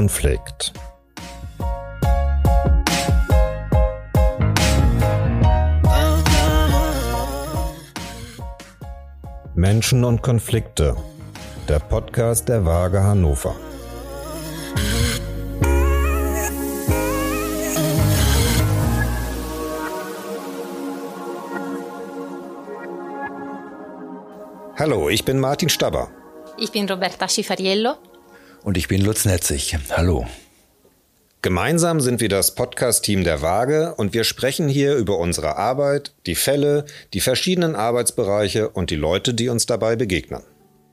Konflikt. Menschen und Konflikte. Der Podcast der Waage Hannover. Hallo, ich bin Martin Stabber. Ich bin Roberta Schifariello. Und ich bin Lutz Netzig. Hallo. Gemeinsam sind wir das Podcast-Team der Waage und wir sprechen hier über unsere Arbeit, die Fälle, die verschiedenen Arbeitsbereiche und die Leute, die uns dabei begegnen.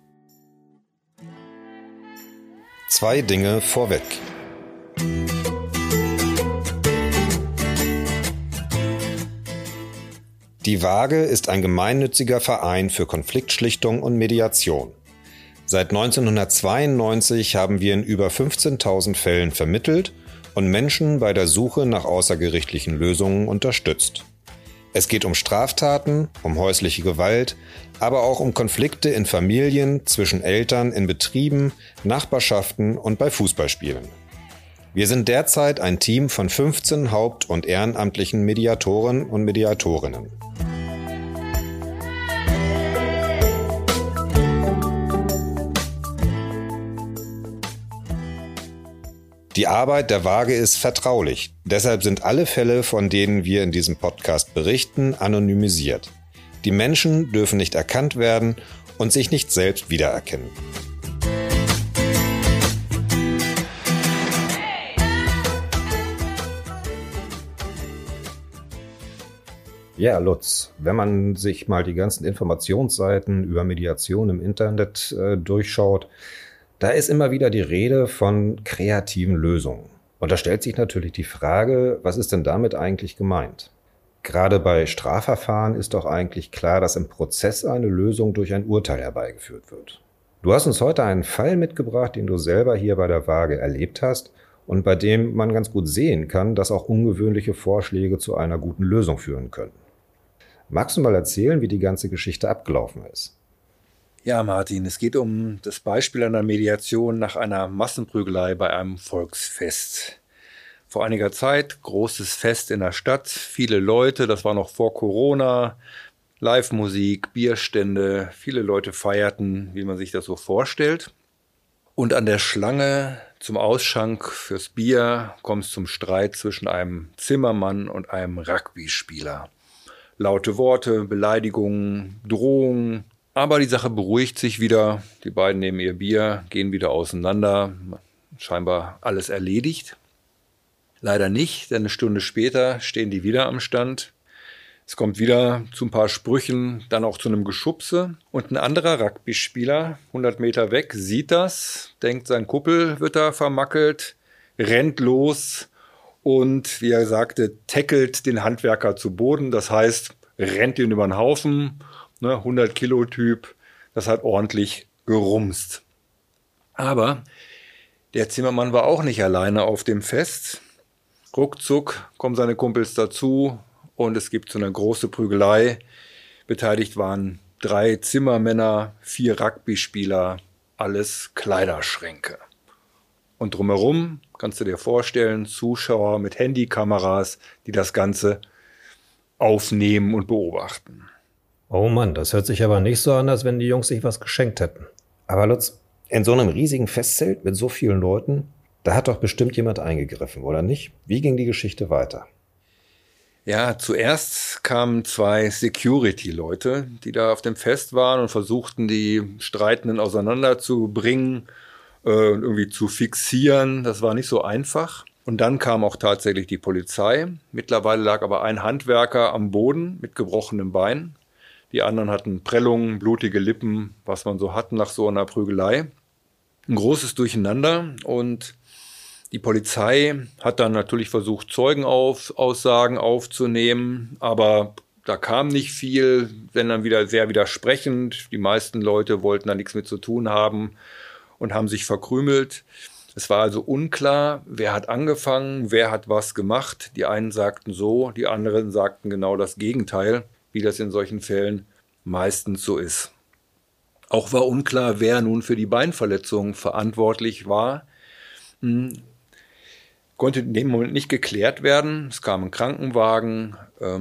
2 Dinge vorweg. Die Waage ist ein gemeinnütziger Verein für Konfliktschlichtung und Mediation. Seit 1992 haben wir in über 15.000 Fällen vermittelt und Menschen bei der Suche nach außergerichtlichen Lösungen unterstützt. Es geht um Straftaten, um häusliche Gewalt, aber auch um Konflikte in Familien, zwischen Eltern, in Betrieben, Nachbarschaften und bei Fußballspielen. Wir sind derzeit ein Team von 15 haupt- und ehrenamtlichen Mediatoren und Mediatorinnen. Die Arbeit der Waage ist vertraulich. Deshalb sind alle Fälle, von denen wir in diesem Podcast berichten, anonymisiert. Die Menschen dürfen nicht erkannt werden und sich nicht selbst wiedererkennen. Ja, Lutz, wenn man sich mal die ganzen Informationsseiten über Mediation im Internet durchschaut, da ist immer wieder die Rede von kreativen Lösungen. Und da stellt sich natürlich die Frage, was ist denn damit eigentlich gemeint? Gerade bei Strafverfahren ist doch eigentlich klar, dass im Prozess eine Lösung durch ein Urteil herbeigeführt wird. Du hast uns heute einen Fall mitgebracht, den du selber hier bei der Waage erlebt hast und bei dem man ganz gut sehen kann, dass auch ungewöhnliche Vorschläge zu einer guten Lösung führen können. Magst du mal erzählen, wie die ganze Geschichte abgelaufen ist? Ja, Martin, es geht um das Beispiel einer Mediation nach einer Massenprügelei bei einem Volksfest. Vor einiger Zeit, großes Fest in der Stadt, viele Leute, das war noch vor Corona, Live-Musik, Bierstände, viele Leute feierten, wie man sich das so vorstellt. Und an der Schlange zum Ausschank fürs Bier kommt es zum Streit zwischen einem Zimmermann und einem Rugby-Spieler. Laute Worte, Beleidigungen, Drohungen. Aber die Sache beruhigt sich wieder. Die beiden nehmen ihr Bier, gehen wieder auseinander. Scheinbar alles erledigt. Leider nicht, denn eine Stunde später stehen die wieder am Stand. Es kommt wieder zu ein paar Sprüchen, dann auch zu einem Geschubse. Und ein anderer Rugby-Spieler, 100 Meter weg, sieht das, denkt, sein Kuppel wird da vermackelt, rennt los und, wie er sagte, tackelt den Handwerker zu Boden. Das heißt, rennt ihn über den Haufen. 100-Kilo-Typ, das hat ordentlich gerumst. Aber der Zimmermann war auch nicht alleine auf dem Fest. Ruckzuck kommen seine Kumpels dazu und es gibt so eine große Prügelei. Beteiligt waren 3 Zimmermänner, 4 Rugby-Spieler, alles Kleiderschränke. Und drumherum, kannst du dir vorstellen, Zuschauer mit Handykameras, die das Ganze aufnehmen und beobachten. Oh Mann, das hört sich aber nicht so an, als wenn die Jungs sich was geschenkt hätten. Aber Lutz, in so einem riesigen Festzelt mit so vielen Leuten, da hat doch bestimmt jemand eingegriffen, oder nicht? Wie ging die Geschichte weiter? Ja, zuerst kamen 2 Security-Leute, die da auf dem Fest waren und versuchten, die Streitenden auseinanderzubringen, irgendwie zu fixieren. Das war nicht so einfach. Und dann kam auch tatsächlich die Polizei. Mittlerweile lag aber ein Handwerker am Boden mit gebrochenem Bein. Die anderen hatten Prellungen, blutige Lippen, was man so hat nach so einer Prügelei. Ein großes Durcheinander und die Polizei hat dann natürlich versucht, Zeugenaussagen aufzunehmen, aber da kam nicht viel, wenn dann wieder sehr widersprechend. Die meisten Leute wollten da nichts mit zu tun haben und haben sich verkrümelt. Es war also unklar, wer hat angefangen, wer hat was gemacht. Die einen sagten so, die anderen sagten genau das Gegenteil, wie das in solchen Fällen meistens so ist. Auch war unklar, wer nun für die Beinverletzung verantwortlich war. Konnte in dem Moment nicht geklärt werden. Es kam ein Krankenwagen,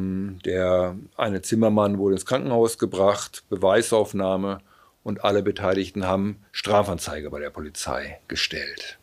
der eine Zimmermann wurde ins Krankenhaus gebracht, Beweisaufnahme und alle Beteiligten haben Strafanzeige bei der Polizei gestellt.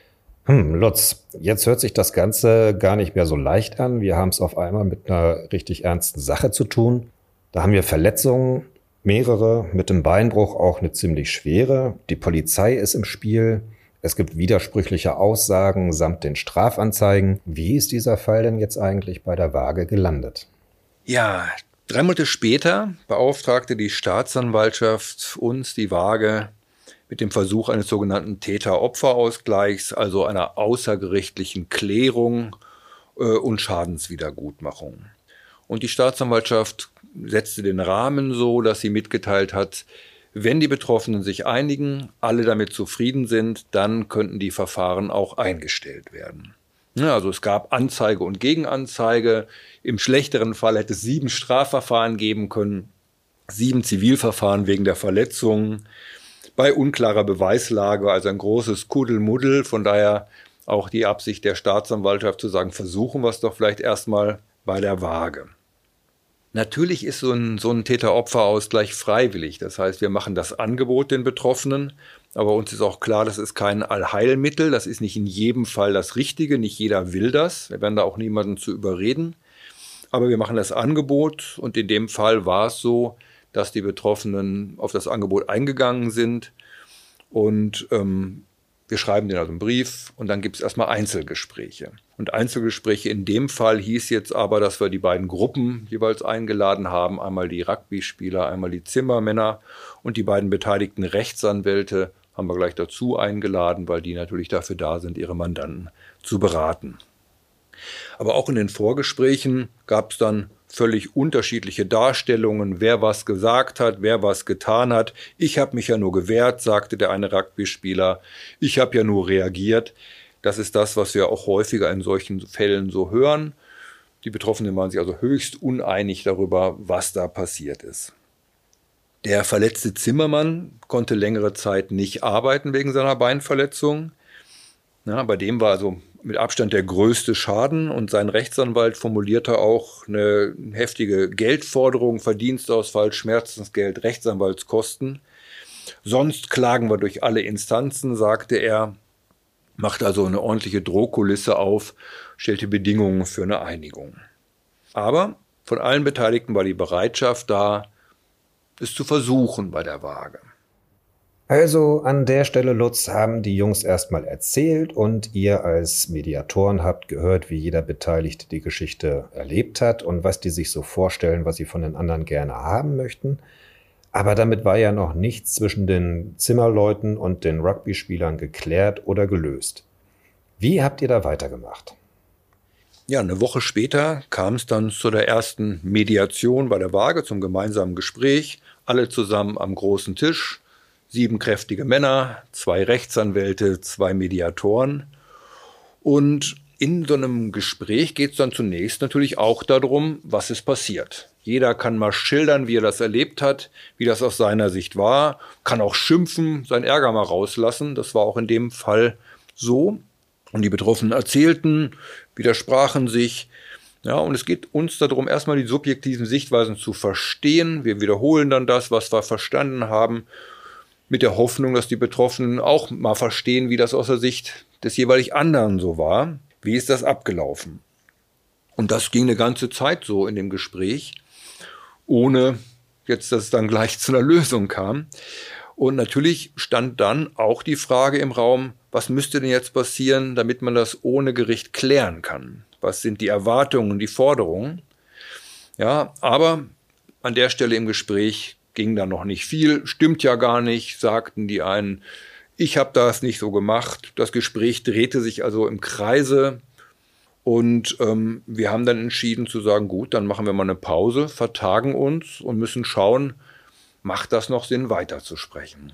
Lutz, jetzt hört sich das Ganze gar nicht mehr so leicht an. Wir haben es auf einmal mit einer richtig ernsten Sache zu tun. Da haben wir Verletzungen, mehrere, mit dem Beinbruch auch eine ziemlich schwere. Die Polizei ist im Spiel. Es gibt widersprüchliche Aussagen samt den Strafanzeigen. Wie ist dieser Fall denn jetzt eigentlich bei der Waage gelandet? Ja, 3 Monate später beauftragte die Staatsanwaltschaft uns, die Waage, mit dem Versuch eines sogenannten Täter-Opfer-Ausgleichs, also einer außergerichtlichen Klärung und Schadenswiedergutmachung. Und die Staatsanwaltschaft setzte den Rahmen so, dass sie mitgeteilt hat, wenn die Betroffenen sich einigen, alle damit zufrieden sind, dann könnten die Verfahren auch eingestellt werden. Ja, also es gab Anzeige und Gegenanzeige. Im schlechteren Fall hätte es 7 Strafverfahren geben können, 7 Zivilverfahren wegen der Verletzungen. Bei unklarer Beweislage, also ein großes Kuddelmuddel, von daher auch die Absicht der Staatsanwaltschaft zu sagen, versuchen wir es doch vielleicht erstmal bei der Waage. Natürlich ist so ein Täter-Opfer-Ausgleich freiwillig, das heißt, wir machen das Angebot den Betroffenen, aber uns ist auch klar, das ist kein Allheilmittel, das ist nicht in jedem Fall das Richtige, nicht jeder will das, wir werden da auch niemanden zu überreden, aber wir machen das Angebot und in dem Fall war es so, dass die Betroffenen auf das Angebot eingegangen sind und wir schreiben denen also einen Brief und dann gibt es erstmal Einzelgespräche. Und Einzelgespräche in dem Fall hieß jetzt aber, dass wir die beiden Gruppen jeweils eingeladen haben, einmal die Rugby-Spieler, einmal die Zimmermänner und die beiden beteiligten Rechtsanwälte haben wir gleich dazu eingeladen, weil die natürlich dafür da sind, ihre Mandanten zu beraten. Aber auch in den Vorgesprächen gab es dann völlig unterschiedliche Darstellungen, wer was gesagt hat, wer was getan hat. Ich habe mich ja nur gewehrt, sagte der eine Rugby-Spieler. Ich habe ja nur reagiert. Das ist das, was wir auch häufiger in solchen Fällen so hören. Die Betroffenen waren sich also höchst uneinig darüber, was da passiert ist. Der verletzte Zimmermann konnte längere Zeit nicht arbeiten wegen seiner Beinverletzung. Ja, bei dem war also mit Abstand der größte Schaden und sein Rechtsanwalt formulierte auch eine heftige Geldforderung, Verdienstausfall, Schmerzensgeld, Rechtsanwaltskosten. Sonst klagen wir durch alle Instanzen, sagte er, macht also eine ordentliche Drohkulisse auf, stellte Bedingungen für eine Einigung. Aber von allen Beteiligten war die Bereitschaft da, es zu versuchen bei der Waage. Also an der Stelle, Lutz, haben die Jungs erstmal erzählt und ihr als Mediatoren habt gehört, wie jeder Beteiligte die Geschichte erlebt hat und was die sich so vorstellen, was sie von den anderen gerne haben möchten. Aber damit war ja noch nichts zwischen den Zimmerleuten und den Rugby-Spielern geklärt oder gelöst. Wie habt ihr da weitergemacht? Ja, eine Woche später kam es dann zu der ersten Mediation bei der Waage, zum gemeinsamen Gespräch. Alle zusammen am großen Tisch. 7 kräftige Männer, 2 Rechtsanwälte, 2 Mediatoren. Und in so einem Gespräch geht es dann zunächst natürlich auch darum, was ist passiert. Jeder kann mal schildern, wie er das erlebt hat, wie das aus seiner Sicht war, kann auch schimpfen, seinen Ärger mal rauslassen. Das war auch in dem Fall so. Und die Betroffenen erzählten, widersprachen sich. Ja, und es geht uns darum, erstmal die subjektiven Sichtweisen zu verstehen. Wir wiederholen dann das, was wir verstanden haben, mit der Hoffnung, dass die Betroffenen auch mal verstehen, wie das aus der Sicht des jeweilig anderen so war. Wie ist das abgelaufen? Und das ging eine ganze Zeit so in dem Gespräch, ohne jetzt, dass es dann gleich zu einer Lösung kam. Und natürlich stand dann auch die Frage im Raum, was müsste denn jetzt passieren, damit man das ohne Gericht klären kann? Was sind die Erwartungen, die Forderungen? Ja, aber an der Stelle im Gespräch ging da noch nicht viel, stimmt ja gar nicht, sagten die einen, ich habe das nicht so gemacht. Das Gespräch drehte sich also im Kreise und wir haben dann entschieden zu sagen, gut, dann machen wir mal eine Pause, vertagen uns und müssen schauen, macht das noch Sinn, weiterzusprechen?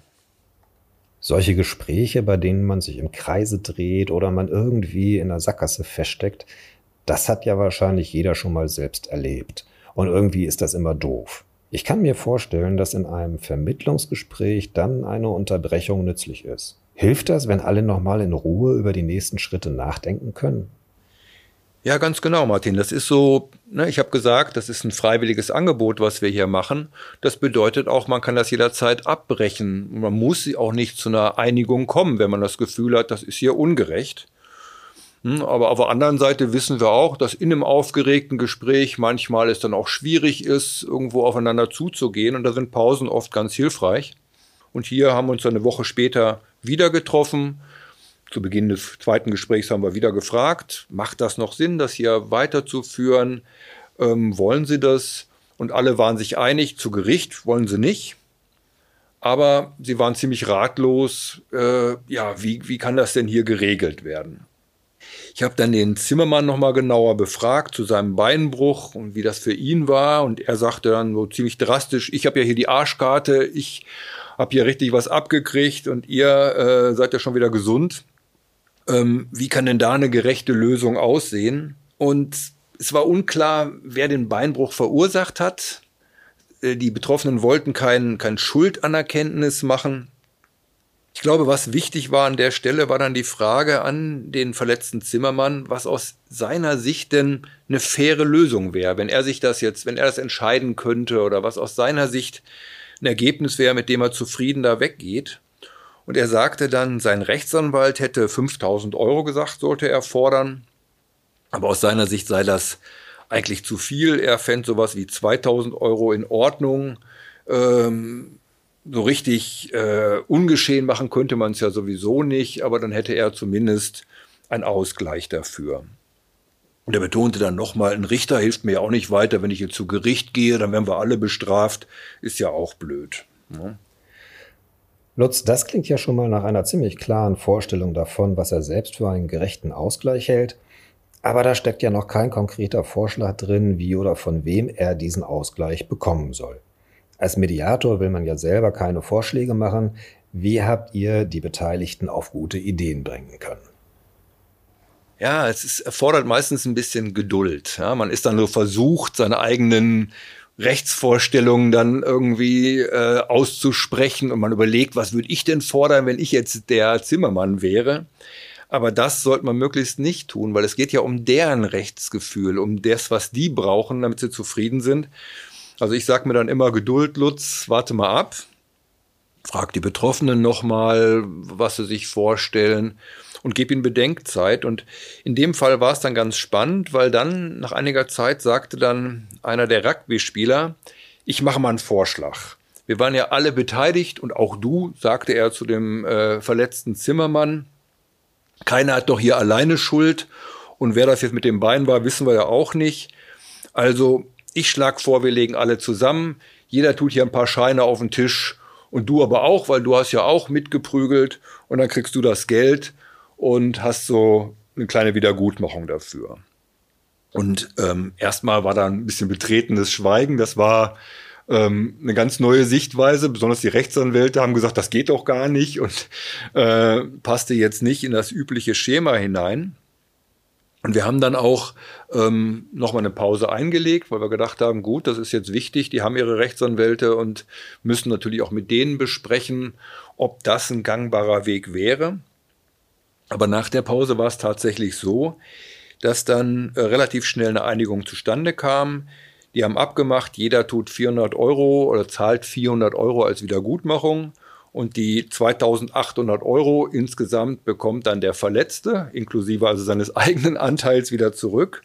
Solche Gespräche, bei denen man sich im Kreise dreht oder man irgendwie in einer Sackgasse feststeckt, das hat ja wahrscheinlich jeder schon mal selbst erlebt. Und irgendwie ist das immer doof. Ich kann mir vorstellen, dass in einem Vermittlungsgespräch dann eine Unterbrechung nützlich ist. Hilft das, wenn alle nochmal in Ruhe über die nächsten Schritte nachdenken können? Ja, ganz genau, Martin. Das ist so, ne, ich habe gesagt, das ist ein freiwilliges Angebot, was wir hier machen. Das bedeutet auch, man kann das jederzeit abbrechen. Man muss auch nicht zu einer Einigung kommen, wenn man das Gefühl hat, das ist hier ungerecht. Aber auf der anderen Seite wissen wir auch, dass in einem aufgeregten Gespräch manchmal es dann auch schwierig ist, irgendwo aufeinander zuzugehen. Und da sind Pausen oft ganz hilfreich. Und hier haben wir uns eine Woche später wieder getroffen. Zu Beginn des zweiten Gesprächs haben wir wieder gefragt, macht das noch Sinn, das hier weiterzuführen? Wollen Sie das? Und alle waren sich einig, zu Gericht wollen sie nicht. Aber sie waren ziemlich ratlos, wie kann das denn hier geregelt werden? Ich habe dann den Zimmermann nochmal genauer befragt zu seinem Beinbruch und wie das für ihn war. Und er sagte dann so ziemlich drastisch, ich habe ja hier die Arschkarte, ich habe hier richtig was abgekriegt und ihr seid ja schon wieder gesund. Wie kann denn da eine gerechte Lösung aussehen? Und es war unklar, wer den Beinbruch verursacht hat. Die Betroffenen wollten kein Schuldanerkenntnis machen. Ich glaube, was wichtig war an der Stelle, war dann die Frage an den verletzten Zimmermann, was aus seiner Sicht denn eine faire Lösung wäre, wenn er das entscheiden könnte oder was aus seiner Sicht ein Ergebnis wäre, mit dem er zufrieden da weggeht. Und er sagte dann, sein Rechtsanwalt hätte 5.000 € gesagt, sollte er fordern. Aber aus seiner Sicht sei das eigentlich zu viel. Er fände sowas wie 2.000 € in Ordnung. So richtig ungeschehen machen könnte man es ja sowieso nicht, aber dann hätte er zumindest einen Ausgleich dafür. Und er betonte dann nochmal, ein Richter hilft mir ja auch nicht weiter, wenn ich jetzt zu Gericht gehe, dann werden wir alle bestraft, ist ja auch blöd. Ja. Lutz, das klingt ja schon mal nach einer ziemlich klaren Vorstellung davon, was er selbst für einen gerechten Ausgleich hält. Aber da steckt ja noch kein konkreter Vorschlag drin, wie oder von wem er diesen Ausgleich bekommen soll. Als Mediator will man ja selber keine Vorschläge machen. Wie habt ihr die Beteiligten auf gute Ideen bringen können? Ja, erfordert meistens ein bisschen Geduld. Ja, man ist dann nur versucht, seine eigenen Rechtsvorstellungen dann irgendwie auszusprechen und man überlegt, was würde ich denn fordern, wenn ich jetzt der Zimmermann wäre. Aber das sollte man möglichst nicht tun, weil es geht ja um deren Rechtsgefühl, um das, was die brauchen, damit sie zufrieden sind. Also ich sage mir dann immer, Geduld, Lutz, warte mal ab. Frag die Betroffenen nochmal, was sie sich vorstellen und gib ihnen Bedenkzeit. Und in dem Fall war es dann ganz spannend, weil dann nach einiger Zeit sagte dann einer der Rugby-Spieler, ich mache mal einen Vorschlag. Wir waren ja alle beteiligt und auch du, sagte er zu dem verletzten Zimmermann. Keiner hat doch hier alleine Schuld und wer das jetzt mit dem Bein war, wissen wir ja auch nicht. Also ich schlage vor, wir legen alle zusammen. Jeder tut hier ein paar Scheine auf den Tisch und du aber auch, weil du hast ja auch mitgeprügelt und dann kriegst du das Geld und hast so eine kleine Wiedergutmachung dafür. Und erstmal war da ein bisschen betretenes Schweigen. Das war eine ganz neue Sichtweise. Besonders die Rechtsanwälte haben gesagt, das geht doch gar nicht und passte jetzt nicht in das übliche Schema hinein. Und wir haben dann auch nochmal eine Pause eingelegt, weil wir gedacht haben, gut, das ist jetzt wichtig, die haben ihre Rechtsanwälte und müssen natürlich auch mit denen besprechen, ob das ein gangbarer Weg wäre. Aber nach der Pause war es tatsächlich so, dass dann relativ schnell eine Einigung zustande kam. Die haben abgemacht, jeder tut 400 € oder zahlt 400 € als Wiedergutmachung. Und die 2.800 € insgesamt bekommt dann der Verletzte, inklusive also seines eigenen Anteils, wieder zurück.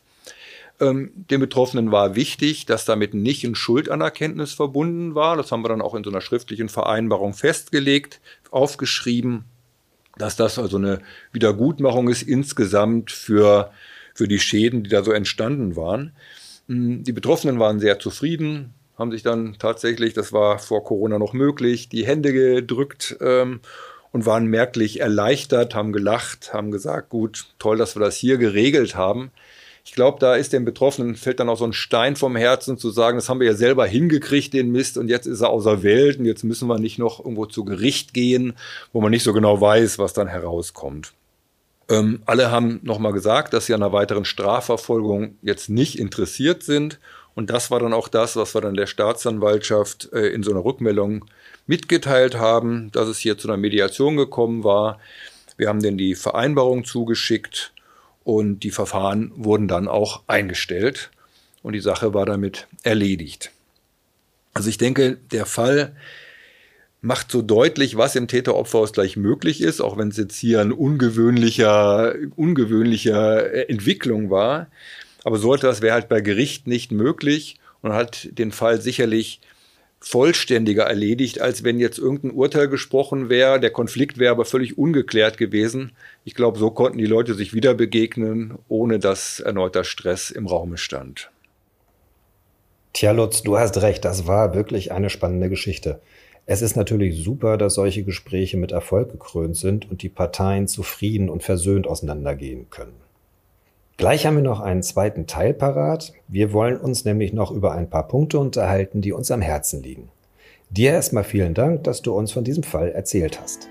Den Betroffenen war wichtig, dass damit nicht ein Schuldanerkenntnis verbunden war. Das haben wir dann auch in so einer schriftlichen Vereinbarung festgelegt, aufgeschrieben, dass das also eine Wiedergutmachung ist insgesamt für die Schäden, die da so entstanden waren. Die Betroffenen waren sehr zufrieden, haben sich dann tatsächlich, das war vor Corona noch möglich, die Hände gedrückt und waren merklich erleichtert, haben gelacht, haben gesagt, gut, toll, dass wir das hier geregelt haben. Ich glaube, da ist dem Betroffenen, fällt dann auch so ein Stein vom Herzen zu sagen, das haben wir ja selber hingekriegt, den Mist, und jetzt ist er außer Welt und jetzt müssen wir nicht noch irgendwo zu Gericht gehen, wo man nicht so genau weiß, was dann herauskommt. Alle haben nochmal gesagt, dass sie an einer weiteren Strafverfolgung jetzt nicht interessiert sind Und das war dann auch das, was wir dann der Staatsanwaltschaft in so einer Rückmeldung mitgeteilt haben, dass es hier zu einer Mediation gekommen war. Wir haben denen die Vereinbarung zugeschickt und die Verfahren wurden dann auch eingestellt und die Sache war damit erledigt. Also ich denke, der Fall macht so deutlich, was im Täter-Opfer-Ausgleich möglich ist, auch wenn es jetzt hier eine ungewöhnlicher Entwicklung war. Aber so etwas wäre halt bei Gericht nicht möglich und hat den Fall sicherlich vollständiger erledigt, als wenn jetzt irgendein Urteil gesprochen wäre. Der Konflikt wäre aber völlig ungeklärt gewesen. Ich glaube, so konnten die Leute sich wieder begegnen, ohne dass erneuter Stress im Raume stand. Tja, Lutz, du hast recht, das war wirklich eine spannende Geschichte. Es ist natürlich super, dass solche Gespräche mit Erfolg gekrönt sind und die Parteien zufrieden und versöhnt auseinandergehen können. Gleich haben wir noch einen zweiten Teil parat. Wir wollen uns nämlich noch über ein paar Punkte unterhalten, die uns am Herzen liegen. Dir erstmal vielen Dank, dass du uns von diesem Fall erzählt hast.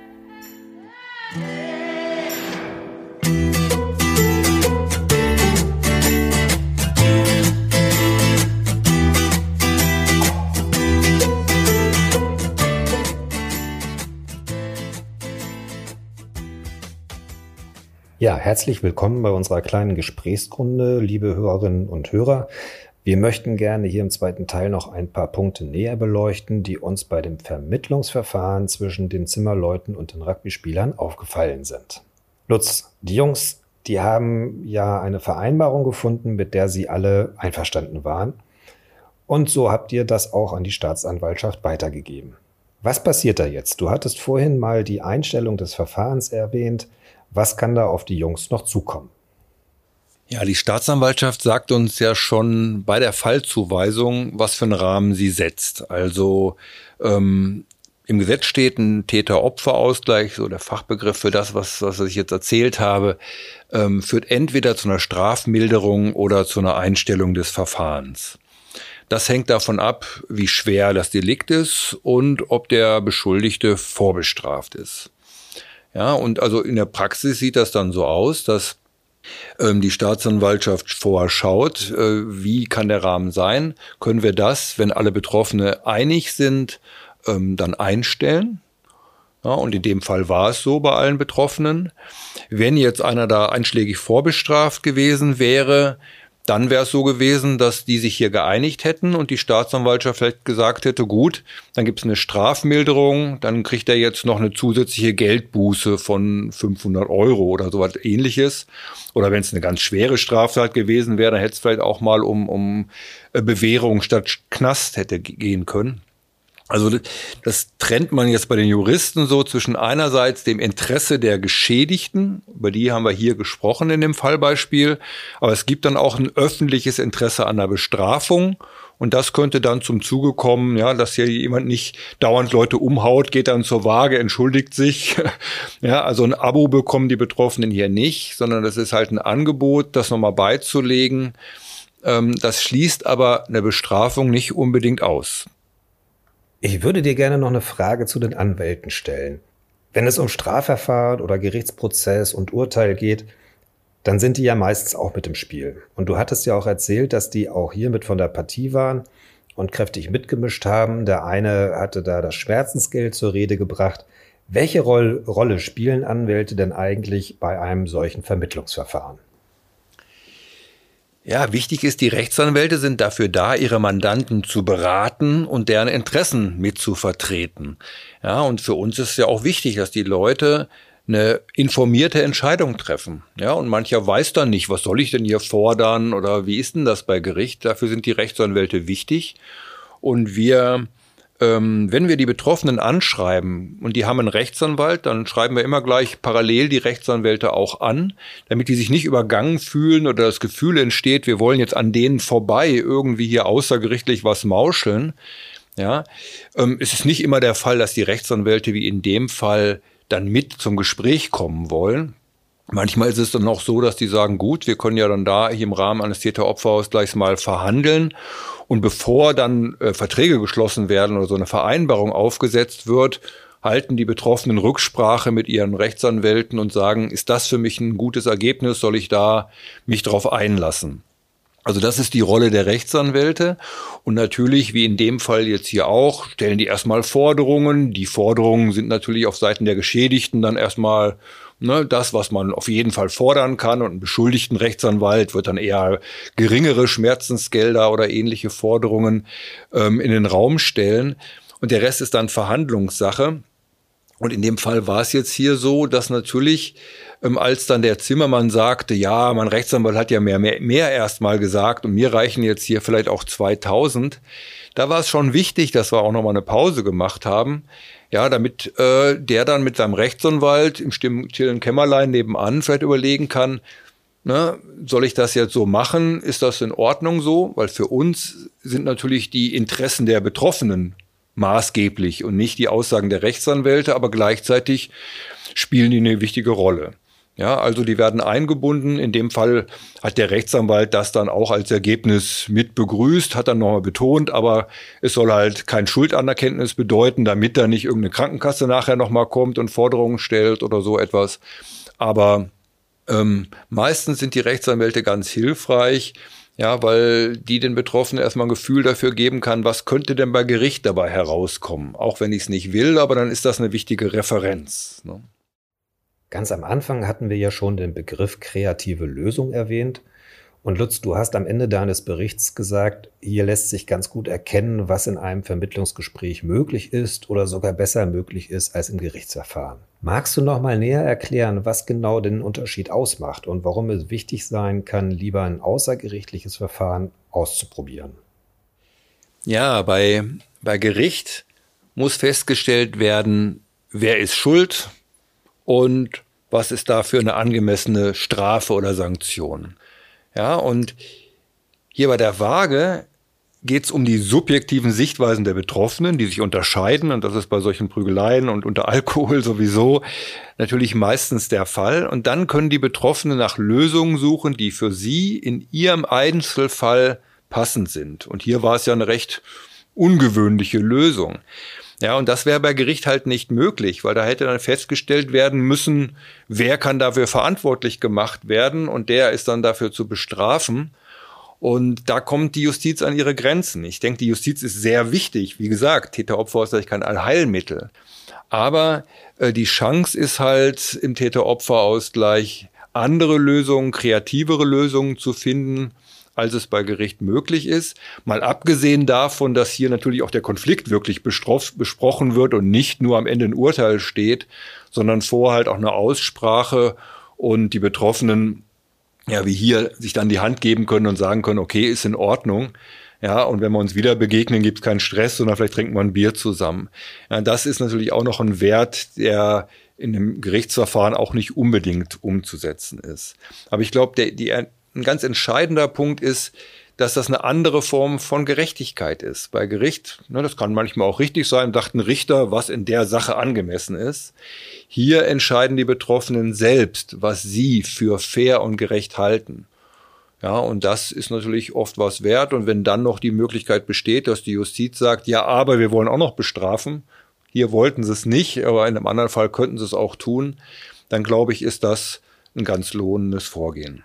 Ja, herzlich willkommen bei unserer kleinen Gesprächsrunde, liebe Hörerinnen und Hörer. Wir möchten gerne hier im zweiten Teil noch ein paar Punkte näher beleuchten, die uns bei dem Vermittlungsverfahren zwischen den Zimmerleuten und den Rugby-Spielern aufgefallen sind. Lutz, die Jungs, die haben ja eine Vereinbarung gefunden, mit der sie alle einverstanden waren. Und so habt ihr das auch an die Staatsanwaltschaft weitergegeben. Was passiert da jetzt? Du hattest vorhin mal die Einstellung des Verfahrens erwähnt. Was kann da auf die Jungs noch zukommen? Ja, die Staatsanwaltschaft sagt uns ja schon bei der Fallzuweisung, was für einen Rahmen sie setzt. Also im Gesetz steht ein Täter-Opfer-Ausgleich, so der Fachbegriff für das, was ich jetzt erzählt habe, führt entweder zu einer Strafmilderung oder zu einer Einstellung des Verfahrens. Das hängt davon ab, wie schwer das Delikt ist und ob der Beschuldigte vorbestraft ist. Ja, und also in der Praxis sieht das dann so aus, dass die Staatsanwaltschaft vorher schaut, wie kann der Rahmen sein? Können wir das, wenn alle Betroffene einig sind, dann einstellen? Ja, und in dem Fall war es so bei allen Betroffenen. Wenn jetzt einer da einschlägig vorbestraft gewesen wäre, dann wäre es so gewesen, dass die sich hier geeinigt hätten und die Staatsanwaltschaft vielleicht gesagt hätte, gut, dann gibt es eine Strafmilderung, dann kriegt er jetzt noch eine zusätzliche Geldbuße von 500 € oder sowas Ähnliches. Oder wenn es eine ganz schwere Straftat gewesen wäre, dann hätte es vielleicht auch mal um Bewährung statt Knast hätte gehen können. Also das trennt man jetzt bei den Juristen so zwischen einerseits dem Interesse der Geschädigten, über die haben wir hier gesprochen in dem Fallbeispiel, aber es gibt dann auch ein öffentliches Interesse an der Bestrafung und das könnte dann zum Zuge kommen, ja, dass hier jemand nicht dauernd Leute umhaut, geht dann zur Waage, entschuldigt sich. Ja, also ein Abo bekommen die Betroffenen hier nicht, sondern das ist halt ein Angebot, das nochmal beizulegen. Das schließt aber eine Bestrafung nicht unbedingt aus. Ich würde dir gerne noch eine Frage zu den Anwälten stellen. Wenn es um Strafverfahren oder Gerichtsprozess und Urteil geht, dann sind die ja meistens auch mit im Spiel. Und du hattest ja auch erzählt, dass die auch hier mit von der Partie waren und kräftig mitgemischt haben. Der eine hatte da das Schmerzensgeld zur Rede gebracht. Welche Rolle spielen Anwälte denn eigentlich bei einem solchen Vermittlungsverfahren? Ja, wichtig ist, die Rechtsanwälte sind dafür da, ihre Mandanten zu beraten und deren Interessen mitzuvertreten. Ja, und für uns ist ja auch wichtig, dass die Leute eine informierte Entscheidung treffen. Ja, und mancher weiß dann nicht, was soll ich denn hier fordern oder wie ist denn das bei Gericht? Dafür sind die Rechtsanwälte wichtig. Und wenn wir die Betroffenen anschreiben und die haben einen Rechtsanwalt, dann schreiben wir immer gleich parallel die Rechtsanwälte auch an, damit die sich nicht übergangen fühlen oder das Gefühl entsteht, wir wollen jetzt an denen vorbei irgendwie hier außergerichtlich was mauscheln. Ja, es ist nicht immer der Fall, dass die Rechtsanwälte wie in dem Fall dann mit zum Gespräch kommen wollen. Manchmal ist es dann auch so, dass die sagen, gut, wir können ja dann da hier im Rahmen eines Täter-Opfer-Ausgleichs mal verhandeln. Und bevor dann Verträge geschlossen werden oder so eine Vereinbarung aufgesetzt wird, halten die Betroffenen Rücksprache mit ihren Rechtsanwälten und sagen, ist das für mich ein gutes Ergebnis, soll ich da mich drauf einlassen? Also das ist die Rolle der Rechtsanwälte. Und natürlich, wie in dem Fall jetzt hier auch, stellen die erstmal Forderungen. Die Forderungen sind natürlich auf Seiten der Geschädigten dann erstmal das, was man auf jeden Fall fordern kann. Und ein beschuldigten Rechtsanwalt wird dann eher geringere Schmerzensgelder oder ähnliche Forderungen in den Raum stellen. Und der Rest ist dann Verhandlungssache. Und in dem Fall war es jetzt hier so, dass natürlich, als dann der Zimmermann sagte, ja, mein Rechtsanwalt hat ja mehr erstmal gesagt und mir reichen jetzt hier vielleicht auch 2000, da war es schon wichtig, dass wir auch nochmal eine Pause gemacht haben, ja, damit der dann mit seinem Rechtsanwalt im stillen Kämmerlein nebenan vielleicht überlegen kann, soll ich das jetzt so machen? Ist das in Ordnung so? Weil für uns sind natürlich die Interessen der Betroffenen maßgeblich und nicht die Aussagen der Rechtsanwälte, aber gleichzeitig spielen die eine wichtige Rolle. Ja, also die werden eingebunden. In dem Fall hat der Rechtsanwalt das dann auch als Ergebnis mit begrüßt, hat dann nochmal betont, aber es soll halt kein Schuldanerkenntnis bedeuten, damit da nicht irgendeine Krankenkasse nachher nochmal kommt und Forderungen stellt oder so etwas. Aber meistens sind die Rechtsanwälte ganz hilfreich, ja, weil die den Betroffenen erstmal ein Gefühl dafür geben kann, was könnte denn bei Gericht dabei herauskommen. Auch wenn ich es nicht will, aber dann ist das eine wichtige Referenz. Ne? Ganz am Anfang hatten wir ja schon den Begriff kreative Lösung erwähnt. Und Lutz, du hast am Ende deines Berichts gesagt, hier lässt sich ganz gut erkennen, was in einem Vermittlungsgespräch möglich ist oder sogar besser möglich ist als im Gerichtsverfahren. Magst du noch mal näher erklären, was genau den Unterschied ausmacht und warum es wichtig sein kann, lieber ein außergerichtliches Verfahren auszuprobieren? Ja, bei Gericht muss festgestellt werden, wer ist schuld und was ist da für eine angemessene Strafe oder Sanktion. Ja, und hier bei der Waage geht es um die subjektiven Sichtweisen der Betroffenen, die sich unterscheiden. Und das ist bei solchen Prügeleien und unter Alkohol sowieso natürlich meistens der Fall. Und dann können die Betroffenen nach Lösungen suchen, die für sie in ihrem Einzelfall passend sind. Und hier war es ja eine recht ungewöhnliche Lösung. Ja, und das wäre bei Gericht halt nicht möglich, weil da hätte dann festgestellt werden müssen, wer kann dafür verantwortlich gemacht werden und der ist dann dafür zu bestrafen. Und da kommt die Justiz an ihre Grenzen. Ich denke, die Justiz ist sehr wichtig. Wie gesagt, Täter-Opfer-Ausgleich kein Allheilmittel. Aber die Chance ist halt im Täter-Opfer-Ausgleich andere Lösungen, kreativere Lösungen zu finden, als es bei Gericht möglich ist. Mal abgesehen davon, dass hier natürlich auch der Konflikt wirklich besprochen wird und nicht nur am Ende ein Urteil steht, sondern vorher halt auch eine Aussprache und die Betroffenen, ja, wie hier, sich dann die Hand geben können und sagen können, okay, ist in Ordnung. Ja, und wenn wir uns wieder begegnen, gibt es keinen Stress, sondern vielleicht trinken wir ein Bier zusammen. Ja, das ist natürlich auch noch ein Wert, der in einem Gerichtsverfahren auch nicht unbedingt umzusetzen ist. Aber ich glaube, ein ganz entscheidender Punkt ist, dass das eine andere Form von Gerechtigkeit ist. Bei Gericht, das kann manchmal auch richtig sein, sagt ein Richter, was in der Sache angemessen ist. Hier entscheiden die Betroffenen selbst, was sie für fair und gerecht halten. Ja, und das ist natürlich oft was wert. Und wenn dann noch die Möglichkeit besteht, dass die Justiz sagt, ja, aber wir wollen auch noch bestrafen. Hier wollten sie es nicht, aber in einem anderen Fall könnten sie es auch tun. Dann glaube ich, ist das ein ganz lohnendes Vorgehen.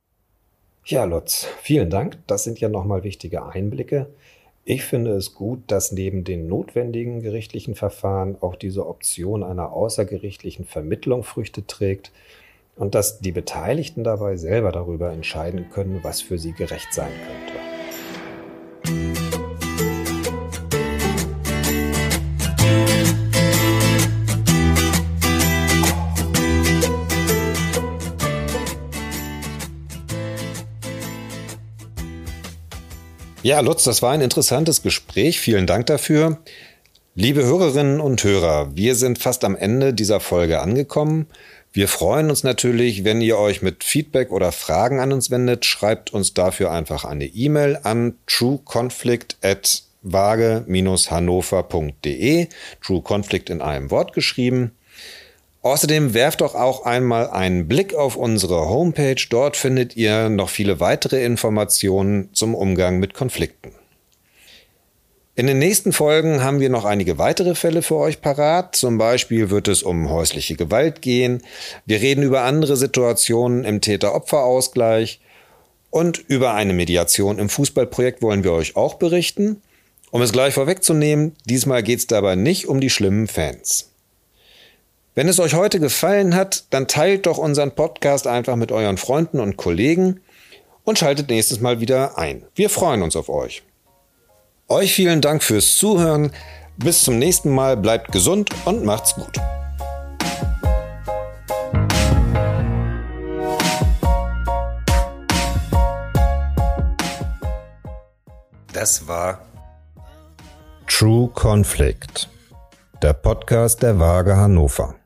Ja, Lutz, vielen Dank. Das sind ja nochmal wichtige Einblicke. Ich finde es gut, dass neben den notwendigen gerichtlichen Verfahren auch diese Option einer außergerichtlichen Vermittlung Früchte trägt und dass die Beteiligten dabei selber darüber entscheiden können, was für sie gerecht sein könnte. Ja, Lutz, das war ein interessantes Gespräch. Vielen Dank dafür. Liebe Hörerinnen und Hörer, wir sind fast am Ende dieser Folge angekommen. Wir freuen uns natürlich, wenn ihr euch mit Feedback oder Fragen an uns wendet. Schreibt uns dafür einfach eine E-Mail an trueconflict@waage-hannover.de. True Conflict in einem Wort geschrieben. Außerdem werft doch auch einmal einen Blick auf unsere Homepage. Dort findet ihr noch viele weitere Informationen zum Umgang mit Konflikten. In den nächsten Folgen haben wir noch einige weitere Fälle für euch parat. Zum Beispiel wird es um häusliche Gewalt gehen. Wir reden über andere Situationen im Täter-Opfer-Ausgleich. Und über eine Mediation im Fußballprojekt wollen wir euch auch berichten. Um es gleich vorwegzunehmen, diesmal geht es dabei nicht um die schlimmen Fans. Wenn es euch heute gefallen hat, dann teilt doch unseren Podcast einfach mit euren Freunden und Kollegen und schaltet nächstes Mal wieder ein. Wir freuen uns auf euch. Euch vielen Dank fürs Zuhören. Bis zum nächsten Mal, bleibt gesund und macht's gut. Das war True Conflict, der Podcast der Waage Hannover.